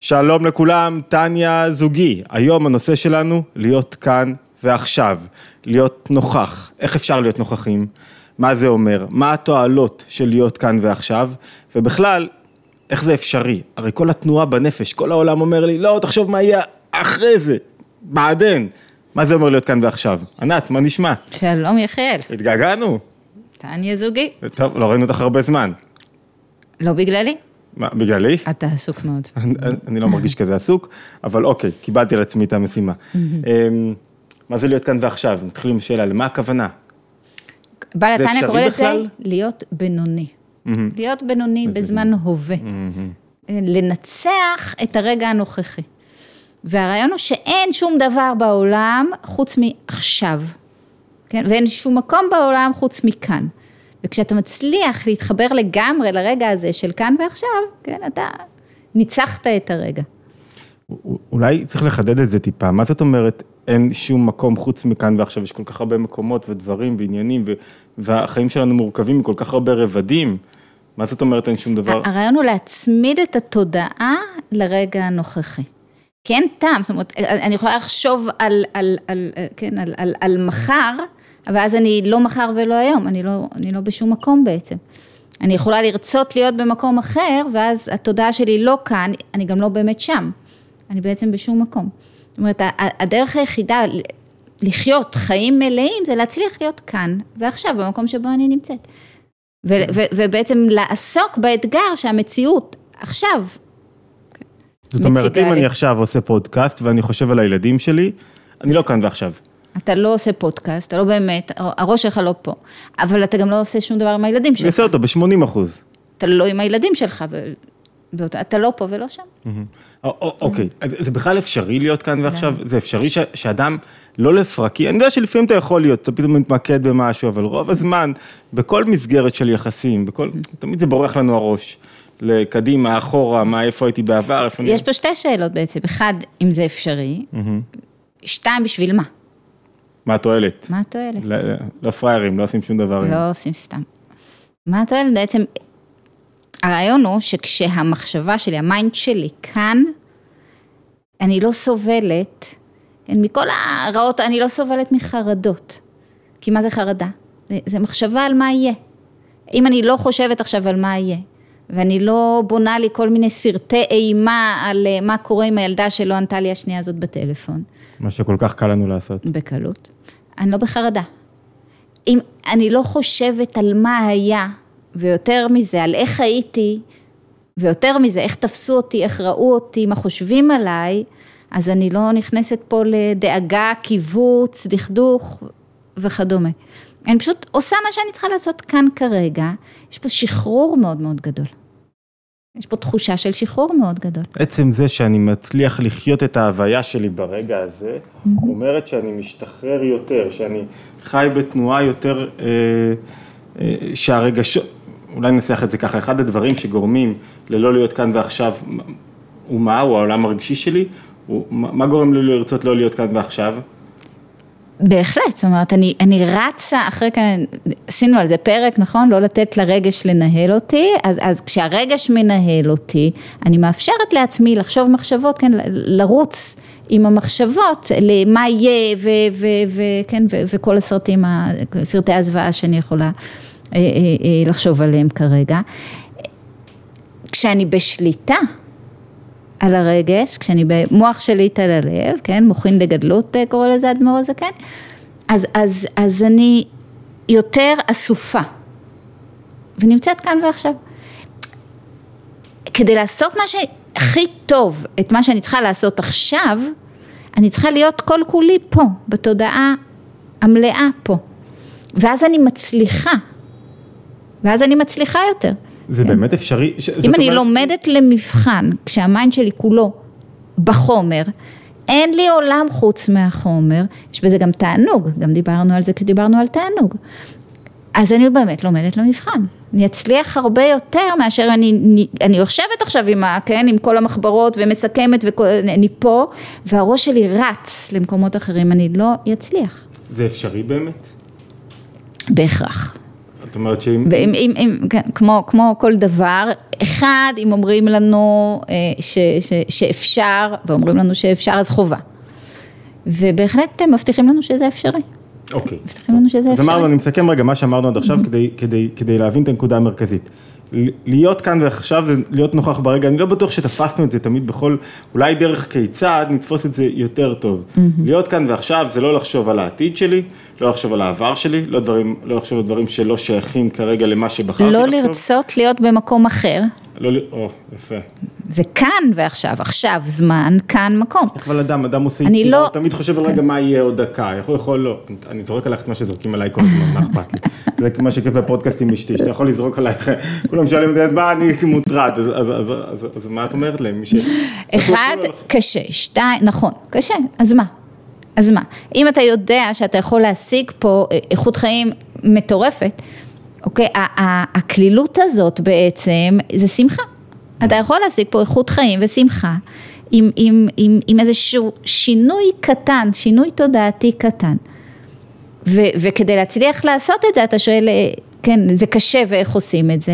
שלום לכולם, טניה זוגי. היום הנושא שלנו להיות כאן ועכשיו, להיות נוכח. איך אפשר להיות נוכחים? מה זה אומר? מה התועלות של להיות כאן ועכשיו? ובכלל, איך זה אפשרי? הרי כל התנועה בנפש, כל העולם אומר לי, לא, תחשוב מה יהיה אחרי זה, בעדן. מה זה אומר להיות כאן ועכשיו? ענת, מה נשמע? שלום יחיאל. התגעגענו. טניה זוגי. טוב, לא ראינו אותך הרבה זמן. לא בגללי? מה, בגללי? אתה עסוק מאוד. אני לא מרגיש כזה עסוק, אבל אוקיי, קיבלתי על עצמי את המשימה. מה זה להיות כאן ועכשיו? נתחיל עם שאלה, למה הכוונה? בעל התניה קורא לזה להיות בינוני. להיות בינוני בזמן הווה. לנצח את הרגע הנוכחי. והרעיון הוא שאין שום דבר בעולם חוץ מעכשיו. ואין שום מקום בעולם חוץ מכאן. וכשאתה מצליח להתחבר לגמרי לרגע הזה של כאן ועכשיו, כן, אתה ניצחת את הרגע. אולי צריך לחדד את זה טיפה. מה זאת אומרת, אין שום מקום חוץ מכאן ועכשיו? יש כל כך הרבה מקומות ודברים ועניינים, והחיים שלנו מורכבים מכל כך הרבה רבדים. מה זאת אומרת, אין שום דבר? הרעיון הוא להצמיד את התודעה לרגע הנוכחי. כן, טעם, זאת אומרת, אני יכולה לחשוב על מחר, ואז אני לא מחר ולא היום, אני לא בשום מקום בעצם. אני יכולה לרצות להיות במקום אחר, ואז התודעה שלי לא כאן, אני גם לא באמת שם. אני בעצם בשום מקום. זאת אומרת, הדרך היחידה לחיות חיים מלאים, זה להצליח להיות כאן, ועכשיו, במקום שבו אני נמצאת. ובעצם לעסוק באתגר שהמציאות עכשיו זאת אומרת, אם אני עכשיו עושה פודקאסט, ואני חושב על הילדים שלי, אני לא כאן ועכשיו. אתה לא עושה פודקאסט, אתה לא באמת, הראש שלך לא פה, אבל אתה גם לא עושה שום דבר עם הילדים שלך. אני עושה אותו ב-80%. אתה לא עם הילדים שלך, אתה לא פה ולא שם. אוקיי, אז זה בכלל אפשרי להיות כאן ועכשיו? זה אפשרי שאדם לא לפרקי, אני יודע שלפעמים אתה יכול להיות, אתה פתאום מתמקד במשהו, אבל רוב הזמן, בכל מסגרת של יחסים, תמיד זה בורח לנו הראש. לקדימה, אחורה, מה, איפה הייתי בעבר, איפה יש פה שתי שאלות בעצם, אחד, אם זה אפשרי, שתיים, בשביל מה? מה התועלת? מה התועלת? לא פריירים, לא עושים שום דבר. לא עושים סתם. מה התועלת? בעצם, הרעיון הוא שכשהמחשבה שלי, המיינד שלי כאן, אני לא סובלת, מכל הרעות, אני לא סובלת מחרדות. כי מה זה חרדה? זה מחשבה על מה יהיה. אם אני לא חושבת עכשיו על מה יהיה, ואני לא בונה לי כל מיני סרטי אימה על מה קורה עם הילדה שלא ענתה לי השנייה הזאת בטלפון. מה שכל כך קל לנו לעשות. בקלות. אני לא בחרדה. אם אני לא חושבת על מה היה, ויותר מזה, על איך הייתי, ויותר מזה, איך תפסו אותי, איך ראו אותי, מה חושבים עליי, אז אני לא נכנסת פה לדאגה, קיבוץ, דכדוך וכדומה. אני פשוט עושה מה שאני צריכה לעשות כאן כרגע. יש פה שחרור מאוד מאוד גדול. יש פה תחושה של שחרור מאוד גדול. עצם זה שאני מצליח לחיות את ההוויה שלי ברגע הזה, אומרת שאני משתחרר יותר, שאני חי בתנועה יותר, שהרגשות, אולי ננסח את זה ככה, אחד הדברים שגורמים ללא להיות כאן ועכשיו, הוא מה? הוא העולם הרגשי שלי? מה גורם לי לרצות לא להיות כאן ועכשיו? בהחלט, זאת אומרת, אני רצה אחרי כאן, עשינו על זה פרק, נכון? לא לתת לרגש לנהל אותי, אז כשהרגש מנהל אותי, אני מאפשרת לעצמי לחשוב מחשבות, כן, לרוץ עם המחשבות, למה יהיה, וכן, וכל הסרטים, סרטי הזוועה שאני יכולה לחשוב עליהם כרגע. כשאני בשליטה, על הרגש, כשאני במוח שליט על הלב, כן, מוחין לגדלות, קורא לזה אדמו"ר הזה, כן, אז אני יותר אסופה, ונמצאת כאן ועכשיו. כדי לעשות מה שהכי טוב, את מה שאני צריכה לעשות עכשיו, אני צריכה להיות כל כולי פה, בתודעה המלאה פה, ואז אני מצליחה יותר. זה באמת אפשרי. אם אני לומדת למבחן, כשהמיינד שלי כולו בחומר, אין לי עולם חוץ מהחומר, יש בזה גם תענוג, גם דיברנו על זה כשדיברנו על תענוג. אז אני באמת לומדת למבחן. אני אצליח הרבה יותר מאשר אני יושבת עכשיו עם כל המחברות ומסכמת ואני פה, והראש שלי רץ למקומות אחרים, אני לא אצליח. זה אפשרי באמת? בהכרח. זאת אומרת שאם... כמו כל דבר, אחד, אם אומרים לנו שאפשר, ואומרים לנו שאפשר, אז חובה. ובהחלט הם מבטיחים לנו שזה אפשרי. אוקיי. מבטיחים לנו שזה אפשרי. אז אמרנו, אני מסכם רגע מה שאמרנו עד עכשיו, כדי להבין את הנקודה המרכזית. להיות כאן ועכשיו זה להיות נוכח ברגע, אני לא בטוח שתפסנו את זה תמיד בכל, אולי דרך כיצד נתפוס את זה יותר טוב. להיות כאן ועכשיו זה לא לחשוב על העתיד שלי, לא לחשוב על העבר שלי, לא לחשוב על דברים שלא שייכים כרגע למה שבחרתי לחשוב. לא לרצות להיות במקום אחר. יפה. זה כאן ועכשיו, עכשיו זמן, כאן מקום. אבל אדם עושה יצירה, הוא תמיד חושב על רגע מה יהיה עוד דקה, יכול לא, אני זורק עליך את מה שזורקים עליי כל הזמן, מה אכפת לי. זה מה שכיף בפודקאסט עם אשתי, שאתה יכול לזרוק עלייך, כולם שואלים אותי, אז מה אני מוטרד, אז מה את אומרת להם? אחד, קשה, שתיים, נכון, קשה, אז מה? אם אתה יודע שאתה יכול להשיג פה איכות חיים מטורפת, אוקיי, הכלילות הזאת בעצם זה שמחה. אתה יכול להשיג פה איכות חיים ושמחה, עם איזשהו שינוי קטן, שינוי תודעתי קטן. וכדי להצליח לעשות את זה, אתה שואל, כן, זה קשה ואיך עושים את זה.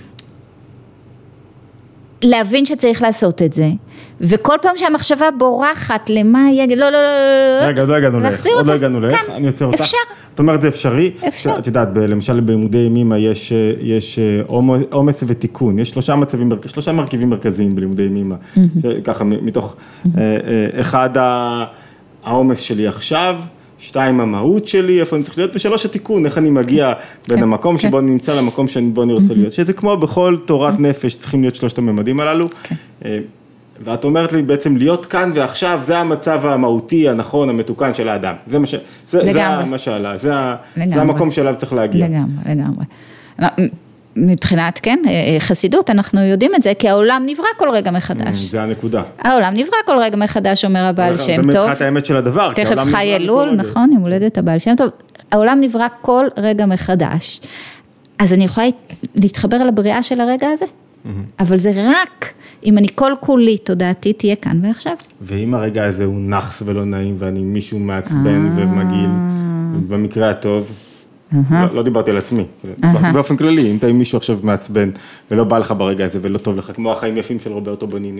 להבין שצריך לעשות את זה, וכל פעם שהמחשבה בורחת למה יהיה, לא, רגע, עוד לא הגענו לך, אני יוצר אותך. אפשר. זאת אומרת, זה אפשרי? אפשר. את יודעת, למשל בלימודי ימימה יש עומס ותיקון, יש שלושה מרכיבים מרכזיים בלימודי ימימה, ככה מתוך אחד העומס שלי עכשיו, 2 המהות שלי, איפה אני צריך להיות, ו3 התיקון, איך אני מגיע בין המקום שבו אני נמצא למקום שבו אני רוצה להיות, שזה כמו בכל תורת נפש, צריכים להיות 3 הממדים הללו, ואת אומרת לי בעצם להיות כאן ועכשיו, זה המצב המהותי, הנכון, המתוקן של האדם, זה מה שעלה, זה המקום שאליו צריך להגיע. לגמרי. מבחינת, כן, חסידות, אנחנו יודעים את זה, כי העולם נברא כל רגע מחדש. זה הנקודה. העולם נברא כל רגע מחדש, אומר הבעל שם טוב. זה מבחינת האמת של הדבר. תכף חי אלול, נכון, עם הולדת הבעל שם טוב. העולם נברא כל רגע מחדש. אז אני יכולה להתחבר על הבריאה של הרגע הזה. אבל זה רק אם אני כל כולי תודעתי תהיה כאן ועכשיו. ואם הרגע הזה הוא נחס ולא נעים, ואני מישהו מעצבן ומגעיל, במקרה הטוב, לא דיברתי על עצמי, באופן כללי, אם אתה עם מישהו עכשיו מעצבן, ולא בא לך ברגע הזה, ולא טוב לך, כמו החיים יפים של רוברטו בניני.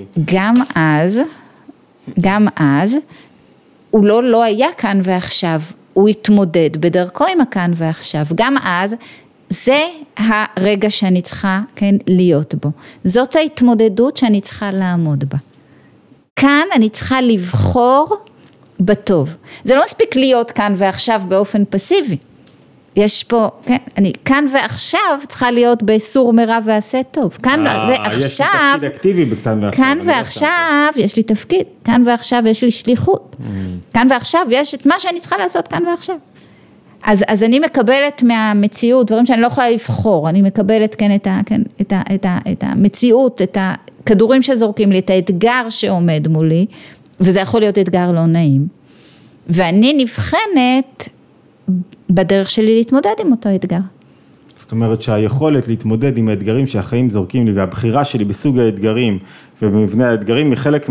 גם אז, הוא לא היה כאן ועכשיו, הוא התמודד בדרכו עם הכאן ועכשיו, גם אז, זה הרגע שאני צריכה, כן, להיות בו. זאת ההתמודדות שאני צריכה לעמוד בה. כאן אני צריכה לבחור בטוב. זה לא מספיק להיות כאן ועכשיו באופן פסיבי. יש פה, כן, אני כאן ועכשיו צריכה להיות בסור מרע ועשה טוב. כאן ועכשיו, יש לי תפקיד אקטיבי בכאן ועכשיו. כאן ועכשיו יש לי תפקיד, כאן ועכשיו יש לי שליחות. כאן ועכשיו יש את מה שאני צריכה לעשות כאן ועכשיו. אז אני מקבלת מהמציאות, דברים שאני לא יכולה לבחור, אני מקבלת כן, את המציאות, את הכדורים שזורקים לי, את האתגר שעומד מולי, וזה יכול להיות אתגר לא נעים. ואני נבחנת בדרך שלי להתמודד עם אותו אתגר. זאת אומרת שהיכולת להתמודד עם האתגרים שהחיים זורקים לי, והבחירה שלי בסוג האתגרים ובמבנה האתגרים, היא חלק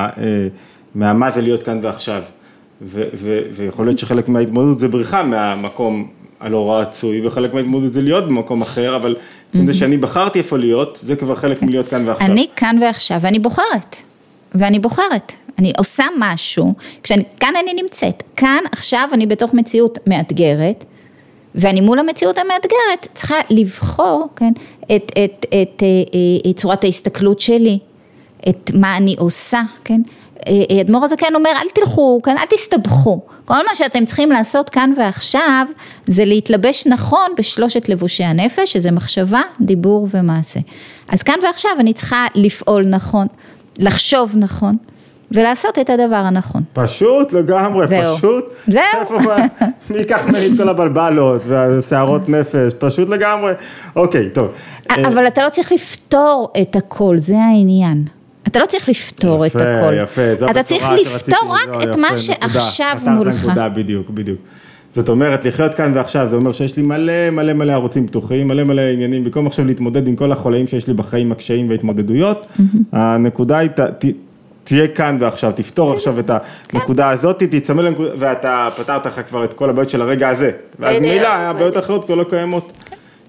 מה זה להיות כאן ועכשיו. ויכול להיות שחלק מההתמודדות זה בריחה מהמקום הלא רצוי, וחלק מההתמודדות זה להיות במקום אחר, אבל זה שאני בחרתי איפה להיות, זה כבר חלק מלהיות כאן ועכשיו. אני כאן ועכשיו, ואני בוחרת. אני עושה משהו, כאן אני נמצאת, כאן עכשיו אני בתוך מציאות מאתגרת, ואני מול המציאות המאתגרת, צריכה לבחור, כן, את צורת ההסתכלות שלי, את מה אני עושה, כן, אדמו"ר הזה כן אומר, אל תלכו, כן, אל תסתבכו. כל מה שאתם צריכים לעשות כאן ועכשיו, זה להתלבש נכון בשלושת לבושי הנפש, שזה מחשבה, דיבור ומעשה. אז כאן ועכשיו אני צריכה לפעול נכון, לחשוב נכון, ולעשות את הדבר הנכון. פשוט לגמרי, פשוט. זהו. מי ייקח ממני את כל הבלבלות והשערות נפש, פשוט לגמרי. אוקיי, טוב. אבל אתה לא צריך לפתור את הכל, זה העניין. אתה לא צריך לפתור את הכל. יפה, אתה צריך לפתור רק את מה שעכשיו מולך. בדיוק. זאת אומרת, לחיות כאן ועכשיו, זה אומר שיש לי מלא ערוצים פתוחים, מלא עניינים, במקום עכשיו להתמודד עם כל החולאים שיש לי בחיים, הקשיים וההתמודדויות, הנקודה היא, תהיה כאן ועכשיו, תפתור עכשיו את הנקודה הזאת, תצמא לנקודה, ואתה פתרת לך כבר את כל הבעיות של הרגע הזה. ואז מילה, הבעיות האחרות כבר לא קיימות.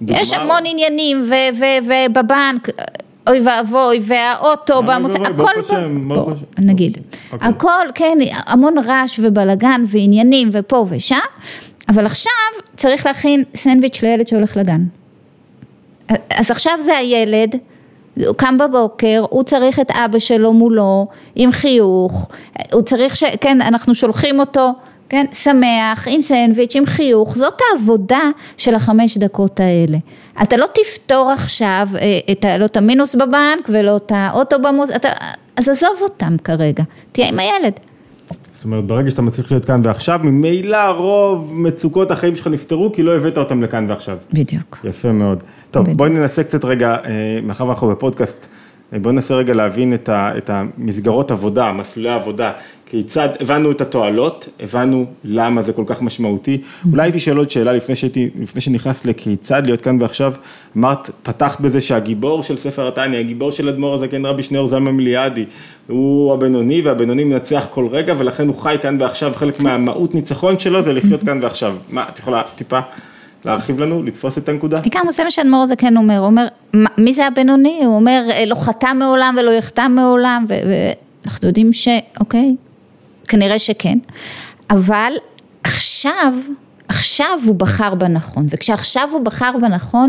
יש המון עניינים, ובבנק, אוי ואבוי, והאוטו, הכל, נגיד, הכל, כן, המון רעש ובלגן, ועניינים, ופה ושם, אבל עכשיו צריך להכין סנדוויץ' לילד שהולך לגן. אז עכשיו זה הילד, הוא קם בבוקר, הוא צריך את אבא שלו מולו, עם חיוך, הוא צריך כן, אנחנו שולחים אותו, כן, שמח, עם סנדוויץ', עם חיוך, זאת העבודה של 5 דקות האלה. אתה לא תפתור עכשיו לא את המינוס בבנק, ולא את האוטו במוס, אז עזוב אותם כרגע, תהיה עם הילד. זאת אומרת, ברגע שאתה מצליח להיות כאן ועכשיו, ממילא רוב מצוקות החיים שלך נפתרו, כי לא הבאת אותם לכאן ועכשיו. בדיוק. יפה מאוד. טוב, בואי ננסה קצת רגע, מאחר ואנחנו בפודקאסט, בואי ננסה רגע להבין את המסגרות עבודה, מסלולי העבודה, כיצד הבנו את התועלות, הבנו למה זה כל כך משמעותי. אולי הייתי שואל עוד שאלה לפני שנכנס לכיצד להיות כאן ועכשיו, אמרת, פתחת בזה שהגיבור של ספר התניא, הגיבור של אדמו"ר הזקן רבי שניאור זלמן מיליאדי, הוא הבינוני, והבינוני מנצח כל רגע, ולכן הוא חי כאן ועכשיו, חלק מהמהות ניצחון שלו זה לחיות כאן ועכשיו. מה, את יכולה טיפה להרחיב לנו, לתפוס את הנקודה? גם זה מה שאדמו"ר הזקן אומר, הוא אומר, מי זה הבינוני? הוא אומר, לא חטא מעולם ולא יחטא מעולם, ואנחנו יודעים אוקיי, כנראה שכן, אבל עכשיו הוא בחר בנכון, וכשעכשיו הוא בחר בנכון,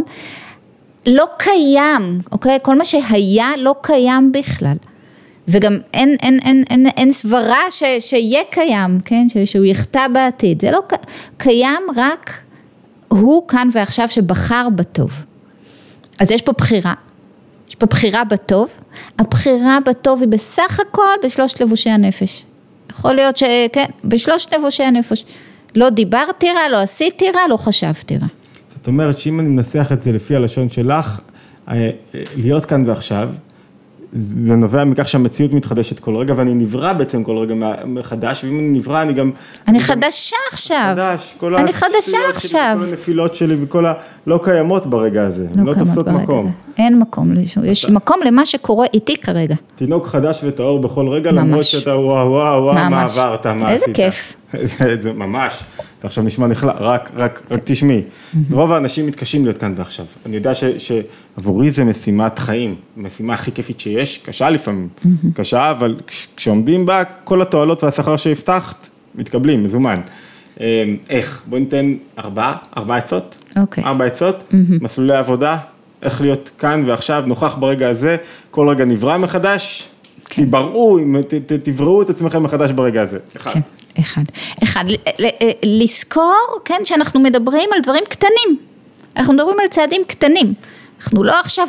לא קיים, אוקיי? כל מה שהיה לא קיים בכלל, וגם אין סברה שיהיה קיים, כן? שהוא יחטא בעתיד, זה לא קיים, רק הוא כאן ועכשיו שבחר בטוב. אז יש פה בחירה, יש פה בחירה בטוב, הבחירה בטוב היא בסך הכל בשלושת לבושי הנפש. יכול להיות שכן, בשלושת לבושי הנפש. לא דיברתי רע, לא עשיתי רע, לא חשבתי רע. זאת אומרת שאם אני מנסח את זה לפי הלשון שלך, להיות כאן ועכשיו, זה נובע מכך שהמציאות מתחדשת כל רגע, ואני נברא בעצם כל רגע מחדש, ואם אני נברא אני גם... אני חדשה עכשיו. אני חדשה עכשיו. כל הנפילות שלי וכל לא קיימות ברגע הזה, הן לא תופסות מקום. אין מקום, יש מקום למה שקורה איתי כרגע. תינוק חדש וטהור בכל רגע, למרות שאתה וואו, מה עברת, מה עשית. איזה כיף. זה ממש, אתה עכשיו נשמע נחלה, רק תשמעי, רוב האנשים מתקשים להיות כאן ועכשיו, אני יודע שעבורי זה משימת חיים, משימה הכי כיפית שיש, קשה לפעמים, קשה, אבל כשעומדים בה, כל התועלות והשכר שהבטחת, מתקבלים, מזומן. איך? בואי ניתן 4 עצות, 4 עצות, מסלולי עבודה, איך להיות כאן ועכשיו, נוכח ברגע הזה, כל רגע נברא מחדש, תבראו את עצמכם מחדש ברגע הזה. אחד, לזכור, כן, שאנחנו מדברים על דברים קטנים, אנחנו מדברים על צעדים קטנים, אנחנו לא עכשיו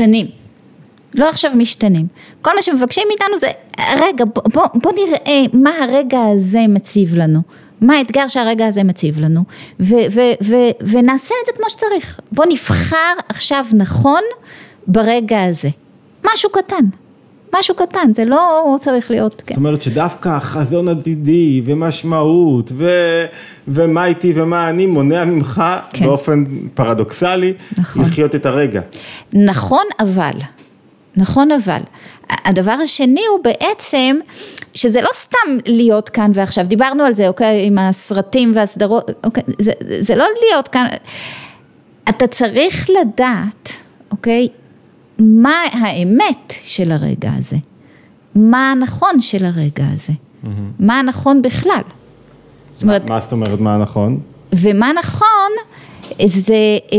משתנים, כל מה שמבקשים מאיתנו זה, רגע, בוא נראה מה הרגע הזה מציב לנו, מה האתגר שהרגע הזה מציב לנו, ונעשה את זה כמו שצריך, בוא נבחר עכשיו נכון ברגע הזה, משהו קטן, זה לא צריך להיות, כן. זאת אומרת שדווקא חזון עתידי ומשמעות ומה איתי ומה אני מונע ממך באופן פרדוקסלי לחיות את הרגע. נכון, אבל הדבר השני הוא בעצם שזה לא סתם להיות כאן ועכשיו, דיברנו על זה, אוקיי, עם הסרטים והסדרות, אוקיי, זה לא להיות כאן, אתה צריך לדעת, אוקיי, מה האמת של הרגע הזה? מה הנכון של הרגע הזה? מה הנכון בכלל? מה זאת אומרת מה הנכון? ומה נכון זה...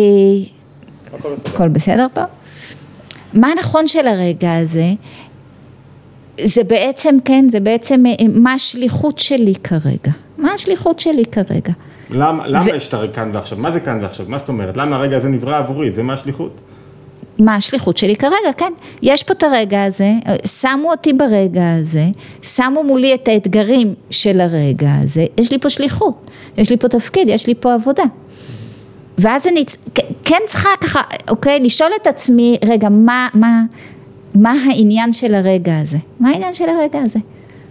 הכל בסדר פה? מה הנכון של הרגע הזה? זה בעצם, כן, זה בעצם מה השליחות שלי כרגע? מה השליחות שלי כרגע? למה יש את הרגע כאן ועכשיו? מה זה כאן ועכשיו? מה זאת אומרת? למה הרגע הזה נברא עבורי? זה מה השליחות? מה השליחות שלי כרגע, כן. יש פה את הרגע הזה, שמו אותי ברגע הזה, שמו מולי את האתגרים של הרגע הזה, יש לי פה שליחות, יש לי פה תפקיד, יש לי פה עבודה. ואז אני כן צריכה ככה, אוקיי, לשאול את עצמי, רגע, מה העניין של הרגע הזה? מה העניין של הרגע הזה?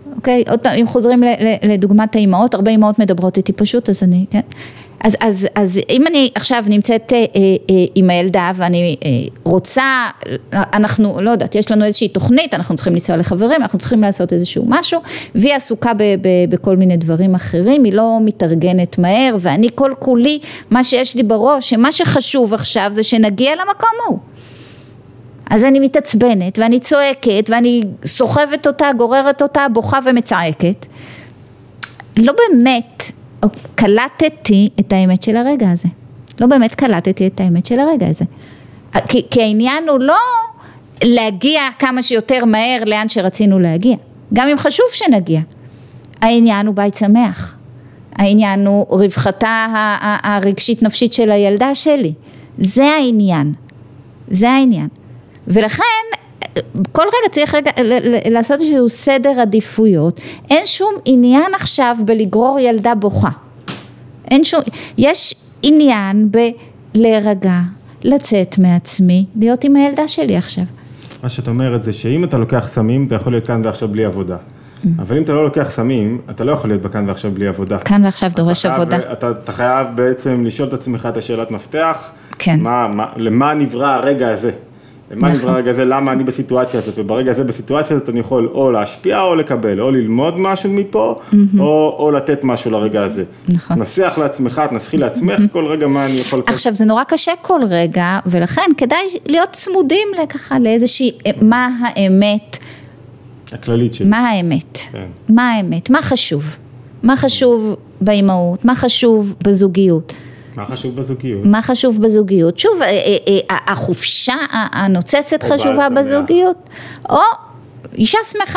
אוקיי? עוד פעם, אם חוזרים לדוגמת האימהות, הרבה אימהות מדברות איתי פשוט, אז אני, כן? אז אם אני עכשיו נמצאת עם הילדה ואני רוצה, אנחנו, לא יודעת, יש לנו איזושהי תוכנית, אנחנו צריכים לנסוע לחברים, אנחנו צריכים לעשות איזשהו משהו, והיא עסוקה בכל מיני דברים אחרים, היא לא מתארגנת מהר, ואני כל כולי, מה שיש לי בראש, שמה שחשוב עכשיו זה שנגיע למקום הוא. אז אני מתעצבנת, ואני צועקת, ואני סוחבת אותה, גוררת אותה, בוכה ומצעקת. לא באמת קלטתי את האמת של הרגע הזה. לא באמת קלטתי את האמת של הרגע הזה. כי העניין הוא לא להגיע כמה שיותר מהר לאן שרצינו להגיע. גם אם חשוב שנגיע. העניין הוא בית שמח. העניין הוא רווחתה הרגשית נפשית של הילדה שלי. זה העניין. זה העניין. ולכן, כל רגע צריך לעשות איזשהו סדר עדיפויות. אין שום עניין עכשיו בלגרור ילדה בוכה. אין שום, יש עניין בלהירגע, לצאת מעצמי, להיות עם הילדה שלי עכשיו. מה שאת אומרת זה שאם אתה לוקח סמים, אתה יכול להיות כאן ועכשיו בלי עבודה. אבל אם אתה לא לוקח סמים, אתה לא יכול להיות בכאן ועכשיו בלי עבודה. כאן ועכשיו דורש עבודה. אתה חייב בעצם לשאול את עצמך את השאלת מפתח. כן. למה נברא הרגע הזה? למה נברא הרגע הזה? למה אני בסיטואציה הזאת? וברגע הזה בסיטואציה הזאת אני יכול או להשפיע או לקבל, או ללמוד משהו מפה, או לתת משהו לרגע הזה. נכון. תנסח לעצמך, תנסחי לעצמך כל רגע מה אני יכול... עכשיו זה נורא קשה כל רגע, ולכן כדאי להיות צמודים לככה לאיזושהי, מה האמת? הכללית שלי. מה האמת? כן. מה האמת? מה חשוב? מה חשוב באימהות? מה חשוב בזוגיות? מה חשוב בזוגיות? מה חשוב בזוגיות? שוב, החופשה הנוצצת חשובה בזוגיות, או אישה שמחה.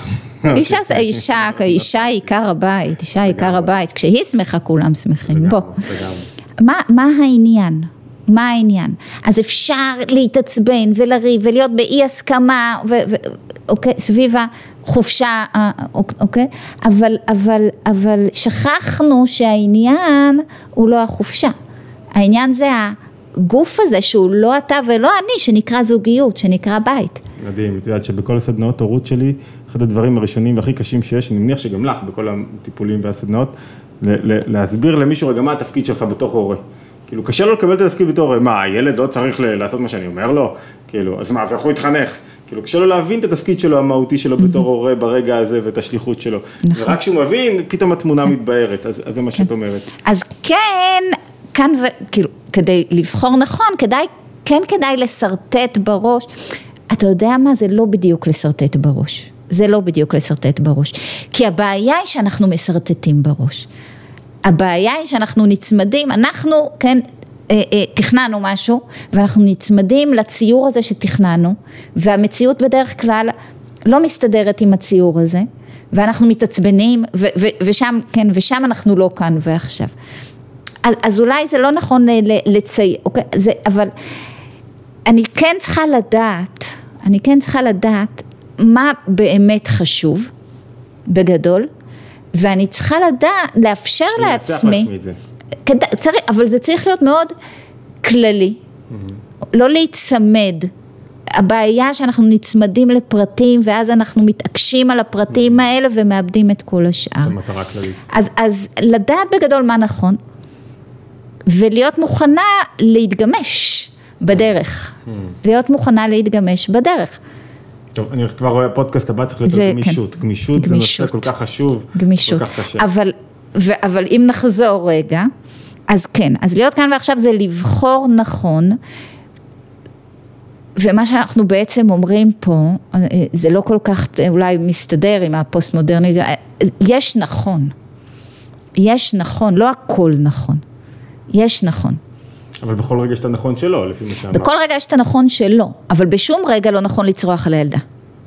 אישה היא עיקר הבית, אישה היא עיקר הבית, כשהיא שמחה כולם שמחים, בוא. מה העניין? מה העניין? אז אפשר להתעצבן ולריב ולהיות באי הסכמה, אוקיי, סביב החופשה, אוקיי? אבל שכחנו שהעניין הוא לא החופשה. העניין זה הגוף הזה שהוא לא אתה ולא אני, שנקרא זוגיות, שנקרא בית. מדהים, את יודעת שבכל הסדנאות הורות שלי, אחד הדברים הראשונים והכי קשים שיש, אני מניח שגם לך בכל הטיפולים והסדנאות, להסביר למישהו רגע מה התפקיד שלך בתוך הורה. כאילו, קשה לו לקבל את התפקיד בתור, מה, הילד לא צריך לעשות מה שאני אומר לו? כאילו, אז מה, ואיך הוא יתחנך? כאילו, קשה לו להבין את התפקיד שלו, המהותי שלו בתור הורה ברגע הזה ואת השליחות שלו. ורק כשהוא מבין, פתאום התמונה מתבהרת, אז זה מה שאת אומרת. אז כן, כאן כאילו, כדי לבחור נכון, כדאי לסרטט בראש. אתה יודע מה? זה לא בדיוק לסרטט בראש. זה לא בדיוק לסרטט בראש. כי הבעיה היא שאנחנו מסרטטים בראש. הבעיה היא שאנחנו נצמדים, אנחנו, כן, תכננו משהו, ואנחנו נצמדים לציור הזה שתכננו, והמציאות בדרך כלל לא מסתדרת עם הציור הזה, ואנחנו מתעצבנים, ושם, כן, ושם אנחנו לא כאן ועכשיו. אז אולי זה לא נכון לצייר, אוקיי? אבל אני כן צריכה לדעת מה באמת חשוב, בגדול, ואני צריכה לאפשר לעצמי, אבל זה צריך להיות מאוד כללי, לא להצמד. הבעיה שאנחנו נצמדים לפרטים, ואז אנחנו מתעקשים על הפרטים האלה, ומאבדים את כל השאר. זו מטרה כללית. אז לדעת בגדול מה נכון, ולהיות מוכנה להתגמש בדרך. להיות מוכנה להתגמש בדרך. טוב, אני כבר רואה הפודקאסט הבא צריך להיות גמישות. גמישות זה נושא כל כך חשוב, כל כך קשה. אבל אם נחזור רגע, אז כן, אז להיות כאן ועכשיו זה לבחור נכון, ומה שאנחנו בעצם אומרים פה, זה לא כל כך אולי מסתדר עם הפוסט-מודרניזם, יש נכון, לא הכל נכון, יש נכון. אבל בכל רגע יש את הנכון שלו, לפי מה שאמרת. בכל רגע יש את הנכון שלו, אבל בשום רגע לא נכון לצרוח על הילדה.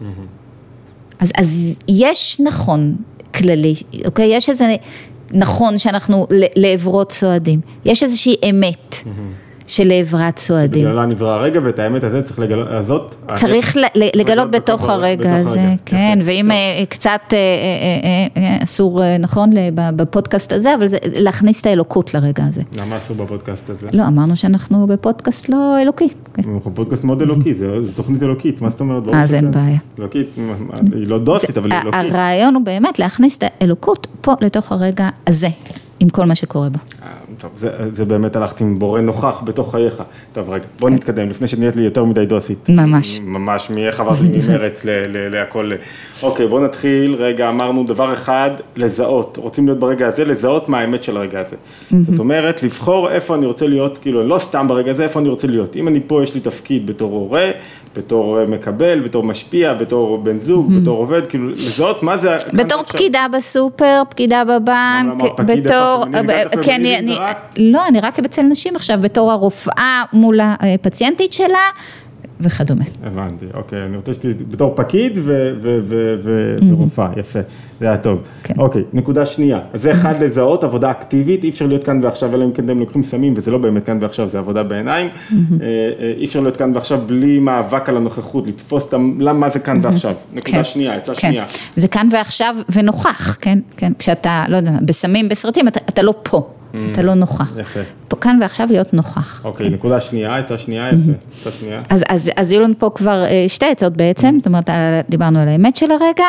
אז יש נכון כללי, אוקיי? יש איזה נכון שאנחנו לעברות צועדים. יש איזושהי אמת שלעברה צועדים. בגללה נברא הרגע, ואת האמת הזה צריך לגלות, צריך לגלות בתוך הרגע הזה, כן, ואם קצת אסור, נכון, בפודקאסט הזה, אבל זה להכניס את האלוקות לרגע הזה. למה אסור בפודקאסט הזה? לא, אמרנו שאנחנו בפודקאסט לא אלוקי. אנחנו פודקאסט מאוד אלוקי, זו תוכנית אלוקית, מה זאת אומרת? אז אין בעיה. אלוקית, היא לא דוסית, אבל היא אלוקית. הרעיון הוא באמת להכניס את האלוקות פה לתוך הרגע הזה, עם כל מה שקורה בו. טוב, זה באמת הלכתי עם בורא נוכח בתוך חייך. טוב, רגע, בוא נתקדם, לפני שנהיית לי יותר מדי דוסית. ממש. ממש, מאיך עברתי ממרץ להכל. אוקיי, בוא נתחיל, רגע, אמרנו דבר אחד, לזהות. רוצים להיות ברגע הזה, לזהות מה האמת של הרגע הזה. זאת אומרת, לבחור איפה אני רוצה להיות, כאילו, לא סתם ברגע הזה, איפה אני רוצה להיות. אם אני פה, יש לי תפקיד בתור הורה, בתור מקבל, בתור משפיע, בתור בן זוג, בתור עובד, כאילו, לזהות מה זה... בתור פקידה בסופר, פקידה בבנק, בתור... לא, אני רק אצל נשים עכשיו, בתור הרופאה מול הפציינטית שלה, וכדומה. הבנתי, אוקיי, אני רוצה שתהיה בתור פקיד ורופאה, יפה, זה היה טוב. אוקיי, נקודה שנייה, אז זה אחד לזהות, עבודה אקטיבית, אי אפשר להיות כאן ועכשיו, אלא אם כן אתם לוקחים סמים, וזה לא באמת כאן ועכשיו, זה עבודה בעיניים, אי אפשר להיות כאן ועכשיו בלי מאבק על הנוכחות, לתפוס למה זה כאן ועכשיו. נקודה שנייה, עצה שנייה. זה כאן ועכשיו ונוכח, כן, כשאתה, לא יודע, בסמים, בסרטים, אתה לא פה. אתה לא נוכח. יפה. פה כאן ועכשיו להיות נוכח. אוקיי, נקודה שנייה, עצה שנייה, יפה. עצה שנייה. אז יהיו לנו פה כבר שתי עצות בעצם, זאת אומרת, דיברנו על האמת של הרגע.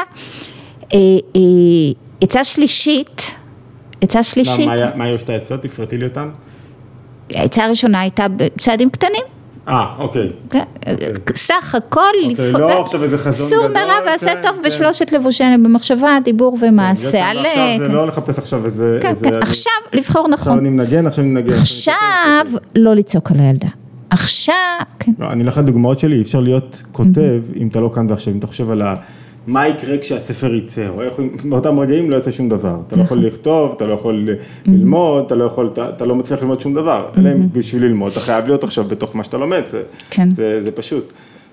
עצה שלישית. מה היו שתי עצות? תפרטי לי אותן. העצה הראשונה הייתה בצעדים קטנים. אוקיי. סך הכל, לא עכשיו איזה חזון גדול. סור מרע ועשה טוב בשלושת לבושנו, במחשבה, דיבור ומעשה. עכשיו זה לא לחפש עכשיו איזה... עכשיו לבחור נכון. עכשיו אני מנגן, עכשיו לא לצעוק על הילדה. עכשיו, כן. אני אלך לדוגמאות שלי, אי אפשר להיות כותב, אם אתה לא כאן ועכשיו, אם אתה חושב על מה יקרה כשהספר יצא, או איך באותם רגעים לא יצא שום דבר. אתה לא יכול לכתוב, אתה לא יכול ללמוד, אתה לא מצליח ללמוד שום דבר. אלא אם בשביל ללמוד, אתה חייב להיות עכשיו בתוך מה שאתה לומד, זה פשוט.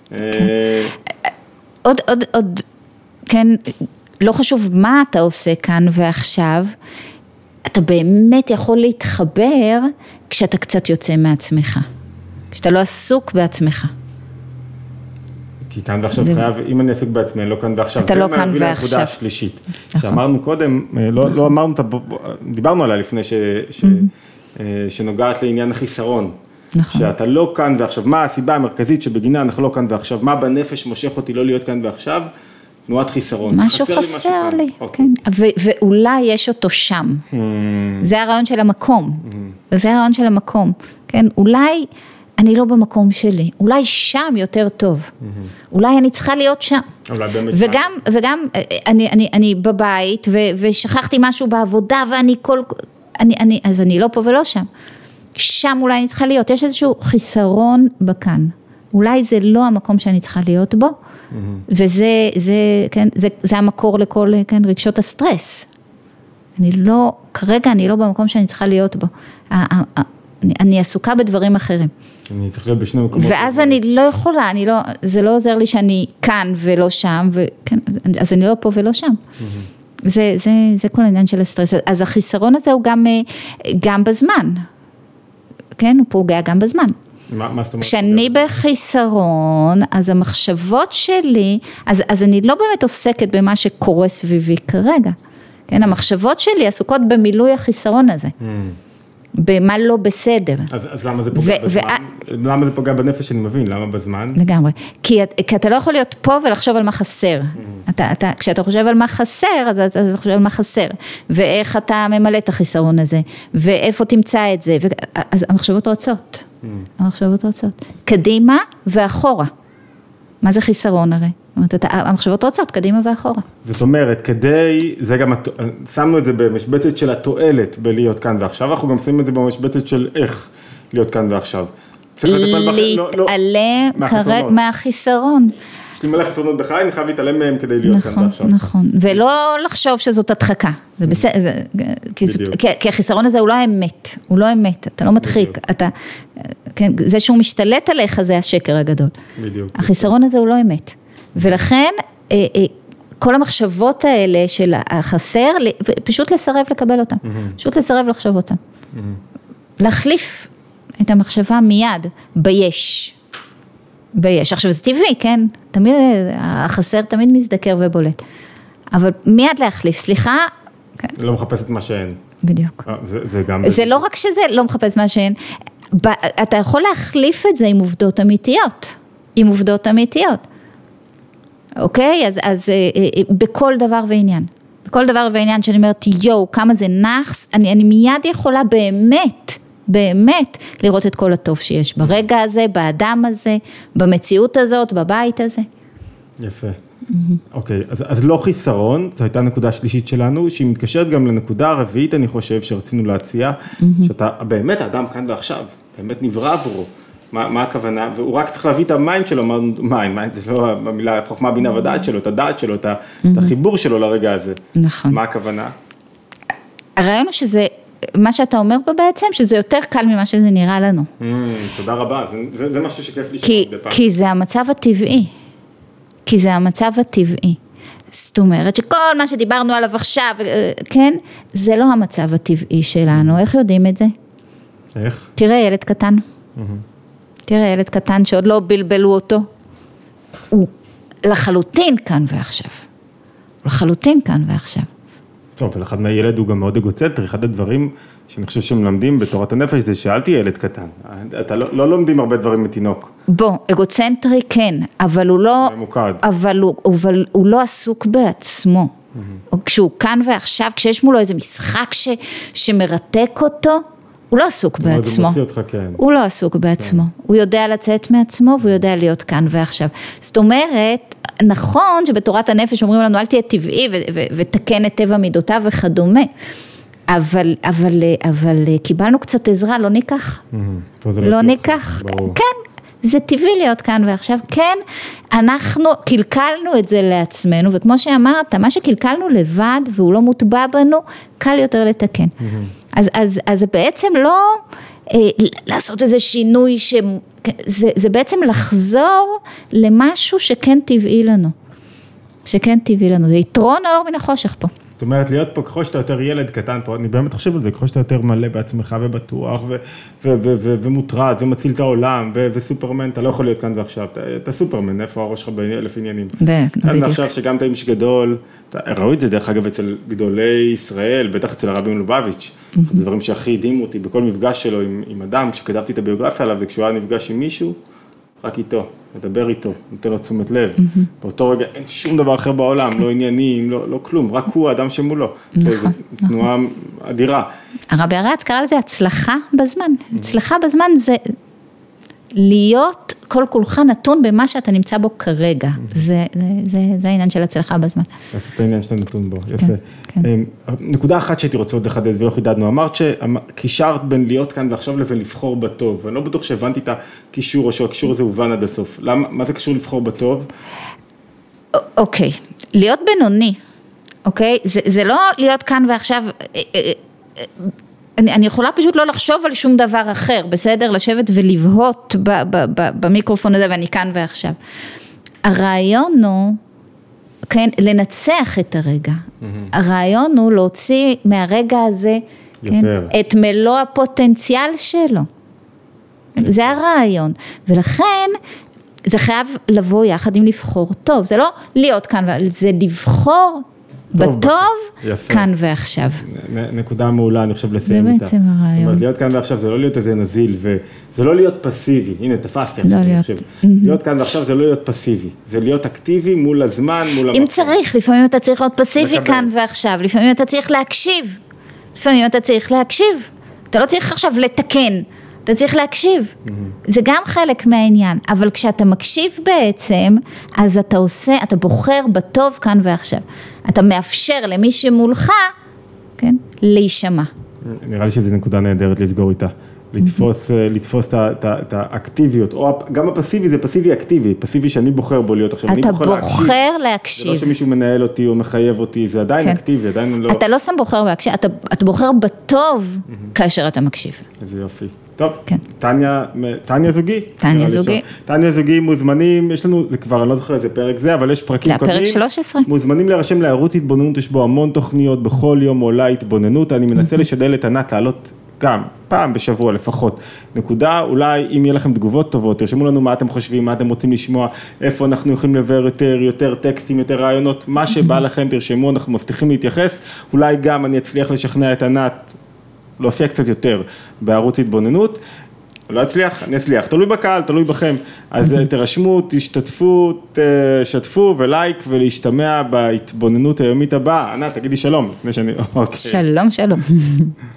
עוד, כן, לא חשוב מה אתה עושה כאן ועכשיו, אתה באמת יכול להתחבר כשאתה קצת יוצא מעצמך, כשאתה לא עסוק בעצמך. כי כאן ועכשיו חייב, אם אני עסק בעצמי, לא כאן ועכשיו. אתה לא כאן ועכשיו. זה מהביא לנקודה השלישית. שאמרנו קודם, לא אמרנו, דיברנו עליה לפני שנוגעת לעניין החיסרון. נכון. שאתה לא כאן ועכשיו. מה הסיבה המרכזית שבגינה אנחנו לא כאן ועכשיו? מה בנפש מושך אותי לא להיות כאן ועכשיו? תנועת חיסרון. משהו חסר לי, כן. ואולי יש אותו שם. זה הרעיון של המקום. זה הרעיון של המקום. כן, אולי... אני לא במקום שלי, אולי שם יותר טוב, אולי אני צריכה להיות שם, וגם אני בבית ושכחתי משהו בעבודה אז אני לא פה ולא שם, שם אולי אני צריכה להיות, יש איזשהו חיסרון בכאן, אולי זה לא המקום שאני צריכה להיות בו, וזה המקור לכל רגשות הסטרס, כרגע אני לא במקום שאני צריכה להיות בו, אני עסוקה בדברים אחרים. אני צריך להיות בשני מקומות. ואז אני לא יכולה, זה לא עוזר לי שאני כאן ולא שם, אז אני לא פה ולא שם. זה כל העניין של הסטרס. אז החיסרון הזה הוא גם בזמן. כן, הוא פוגע גם בזמן. מה זאת אומרת? כשאני בחיסרון, אז המחשבות שלי, אז אני לא באמת עוסקת במה שקורה סביבי כרגע. כן, המחשבות שלי עסוקות במילוי החיסרון הזה. במה לא בסדר. אז למה זה פוגע בזמן? למה זה פוגע בנפש, אני מבין, למה בזמן? לגמרי. כי אתה לא יכול להיות פה ולחשוב על מה חסר. כשאתה חושב על מה חסר, אז אתה חושב על מה חסר. ואיך אתה ממלא את החיסרון הזה, ואיפה תמצא את זה. אז המחשבות רצות. המחשבות רצות. קדימה ואחורה. מה זה חיסרון הרי? המחשבות רוצות, קדימה ואחורה. זאת אומרת, זה גם, שמנו את זה במשבצת של התועלת בלהיות כאן ועכשיו, אנחנו גם שמים את זה במשבצת של איך להיות כאן ועכשיו. להתעלם מהחיסרון. יש לי מלא חיסרונות בחיי, אני חייב להתעלם מהם כדי להיות כאן ועכשיו. נכון, ולא לחשוב שזאת הדחקה. זה בסדר, כי החיסרון הזה הוא לא האמת, הוא לא אמת, אתה לא מדחיק, זה שהוא משתלט עליך זה השקר הגדול. החיסרון הזה הוא לא אמת. ולכן, כל המחשבות האלה של החסר, פשוט לסרב לקבל אותם, פשוט לסרב לחשוב אותם. להחליף את המחשבה מיד, ביש. עכשיו זה טבעי, כן? תמיד, החסר תמיד מזדקר ובולט. אבל מיד להחליף, סליחה. לא מחפש את מה שאין. בדיוק. זה גם... זה לא רק שזה לא מחפש מה שאין, אתה יכול להחליף את זה עם עובדות אמיתיות. אוקיי? אז בכל דבר ועניין. בכל דבר ועניין שאני אומרת, כמה זה נחס, אני מיד יכולה באמת לראות את כל הטוב שיש ברגע הזה, באדם הזה, במציאות הזאת, בבית הזה. יפה. אוקיי, אז לא חיסרון, זו הייתה נקודה שלישית שלנו, שהיא מתקשרת גם לנקודה הרביעית, אני חושב, שרצינו להציע, שאתה באמת האדם כאן ועכשיו, באמת נברא עבורו. מה הכוונה? והוא רק צריך להביא את המיינד שלו, מיינד, זה לא המילה חוכמה בינה ודעת שלו, את הדעת שלו, את החיבור שלו לרגע הזה. נכון. מה הכוונה? הרעיון הוא שזה, מה שאתה אומר פה בעצם, שזה יותר קל ממה שזה נראה לנו. תודה רבה, זה משהו שכיף לשמוע בפעם. כי זה המצב הטבעי. זאת אומרת שכל מה שדיברנו עליו עכשיו, כן, זה לא המצב הטבעי שלנו. איך יודעים את זה? איך? תראה ילד קטן שעוד לא בלבלו אותו. הוא לחלוטין כאן ועכשיו. טוב, ולאחד מהילד הוא גם מאוד אגוצנטרי, אחד הדברים שאני חושב שמלמדים בתורת הנפש זה שאלתי ילד קטן, אתה לא לומדים הרבה דברים מתינוק. אגוצנטרי כן, אבל הוא לא, ממוקד. אבל הוא לא עסוק בעצמו, כשהוא כאן ועכשיו, כשיש מולו איזה משחק שמרתק אותו, הוא לא עסוק בעצמו, הוא לא עסוק בעצמו, הוא יודע לצאת מעצמו והוא יודע להיות כאן ועכשיו, זאת אומרת, נכון שבתורת הנפש אומרים לנו אל תהיה טבעי ותקן את טבע מידותיו וכדומה, אבל קיבלנו קצת עזרה, לא ניקח, כן, זה טבעי להיות כאן ועכשיו, כן, אנחנו קלקלנו את זה לעצמנו, וכמו שאמרת, מה שקלקלנו לבד והוא לא מוטבע בנו, קל יותר לתקן. אז בעצם לא לעשות איזה שינוי, זה בעצם לחזור למשהו שכן טבעי לנו, זה יתרון האור מן החושך פה. זאת אומרת, להיות פה ככל שאתה יותר ילד קטן פה, אני באמת חושב על זה, ככל שאתה יותר מלא בעצמך ובטוח, ומוטרד, ומציל את העולם, וסופרמן, אתה לא יכול להיות כאן ועכשיו, אתה סופרמן, איפה הראש שלך באלף עניינים. כאן ועכשיו שגם אתה איש גדול, ראו את זה דרך אגב אצל גדולי ישראל, בטח אצל הרבי מלובביץ', דברים שהכי הדהימו אותי בכל מפגש שלו עם אדם, כשכתבתי את הביוגרפיה עליו, זה כשהוא היה נפגש עם מישהו, רק איתו, מדבר איתו, נותן לו תשומת לב. באותו רגע אין שום דבר אחר בעולם, לא עניינים, לא כלום, רק הוא האדם שמולו. זו תנועה אדירה. הרבי הרץ קרא לזה הצלחה בזמן. הצלחה בזמן זה להיות כל כולך נתון במה שאתה נמצא בו כרגע. זה העניין של הצלחה בזמן. זה העניין שאתה נתון בו, יפה. נקודה אחת שהייתי רוצה עוד לחדד ולא חידדנו, אמרת שקישרת בין להיות כאן ועכשיו לבין לבחור בטוב, ואני לא בטוח שהבנתי את הקישור או שהקישור הזה הובן עד הסוף. מה זה קשור לבחור בטוב? אוקיי, להיות בינוני, אוקיי? זה לא להיות כאן ועכשיו, אני יכולה פשוט לא לחשוב על שום דבר אחר, בסדר? לשבת ולבהות במיקרופון הזה ואני כאן ועכשיו. הרעיון הוא, כן, לנצח את הרגע. הרעיון הוא להוציא מהרגע הזה, כן, את מלוא הפוטנציאל שלו. זה הרעיון. ולכן, זה חייב לבוא יחד עם לבחור טוב. זה לא להיות כאן, זה לבחור בטוב, כאן ועכשיו. נקודה מעולה, אני חושב לסיים איתה. זה בעצם הרעיון. זאת אומרת, להיות כאן ועכשיו זה לא להיות איזה נזיל, וזה לא להיות פסיבי. הנה, תפסתי עכשיו, אני חושב. להיות כאן ועכשיו זה לא להיות פסיבי. זה להיות אקטיבי מול הזמן, מול המקום. אם צריך, לפעמים אתה צריך להיות פסיבי כאן ועכשיו. לפעמים אתה צריך להקשיב. אתה לא צריך עכשיו לתקן. אתה צריך להקשיב. זה גם חלק מהעניין. אבל כשאתה מקשיב בעצם, אז אתה בוחר בטוב כאן ועכשיו. אתה מאפשר למי שמולך, כן, להישמע. נראה לי שזו נקודה נהדרת לסגור איתה. לתפוס את האקטיביות, או גם הפסיבי זה פסיבי אקטיבי, פסיבי שאני בוחר בו להיות עכשיו. אתה בוחר להקשיב. זה לא שמישהו מנהל אותי או מחייב אותי, זה עדיין אקטיבי, עדיין לא... אתה לא שם בוחר להקשיב, אתה בוחר בטוב כאשר אתה מקשיב. איזה יופי. טוב, תניה זוגי. תניה זוגי מוזמנים, יש לנו, זה כבר, אני לא זוכר איזה פרק זה, אבל יש פרקים קודמים. זה הפרק 13. מוזמנים להירשם לערוץ התבוננות, יש בו המון תוכניות, בכל יום עולה התבוננות, אני מנסה לשדל את ענת לעלות גם, פעם בשבוע לפחות. נקודה, אולי אם יהיה לכם תגובות טובות, תרשמו לנו מה אתם חושבים, מה אתם רוצים לשמוע, איפה אנחנו יכולים לבר יותר טקסטים, יותר רעיונות, מה שבא לכם תרשמו, אנחנו מבטיחים להתייחס, אולי גם אני אצליח לשכנע את ענת, להופיע קצת יותר בערוץ התבוננות, לא אצליח, אני אצליח, תלוי בקהל, תלוי בכם, אז תרשמו, תשתתפו, תשתפו ולייק ולהשתמע בהתבוננות היומית הבאה. ענת, תגידי שלום, לפני שאני... שלום, שלום.